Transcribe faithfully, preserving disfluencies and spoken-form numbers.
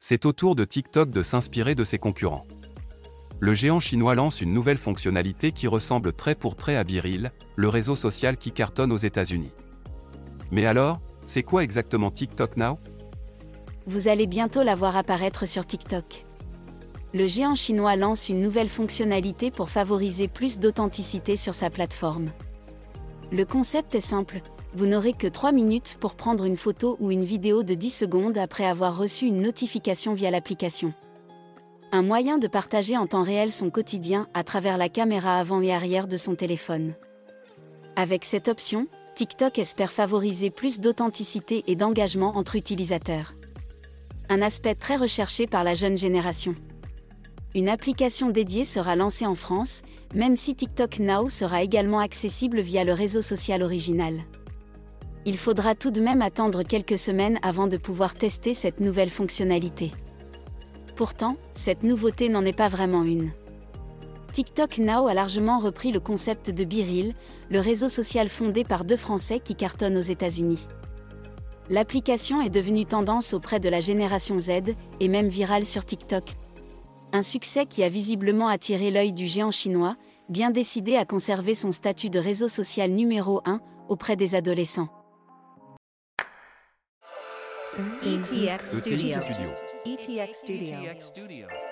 C'est au tour de TikTok de s'inspirer de ses concurrents. Le géant chinois lance une nouvelle fonctionnalité qui ressemble trait pour trait à BeReal, le réseau social qui cartonne aux États-Unis. Mais alors, c'est quoi exactement TikTok Now? Vous allez bientôt la voir apparaître sur TikTok. Le géant chinois lance une nouvelle fonctionnalité pour favoriser plus d'authenticité sur sa plateforme. Le concept est simple, vous n'aurez que trois minutes pour prendre une photo ou une vidéo de dix secondes après avoir reçu une notification via l'application. Un moyen de partager en temps réel son quotidien à travers la caméra avant et arrière de son téléphone. Avec cette option, TikTok espère favoriser plus d'authenticité et d'engagement entre utilisateurs. Un aspect très recherché par la jeune génération. Une application dédiée sera lancée en France, même si TikTok Now sera également accessible via le réseau social original. Il faudra tout de même attendre quelques semaines avant de pouvoir tester cette nouvelle fonctionnalité. Pourtant, cette nouveauté n'en est pas vraiment une. TikTok Now a largement repris le concept de BeReal, le réseau social fondé par deux Français qui cartonnent aux États-Unis. L'application est devenue tendance auprès de la génération Z, et même virale sur TikTok. Un succès qui a visiblement attiré l'œil du géant chinois, bien décidé à conserver son statut de réseau social numéro un auprès des adolescents. E T X E T X Studio. Studio. E T X Studio.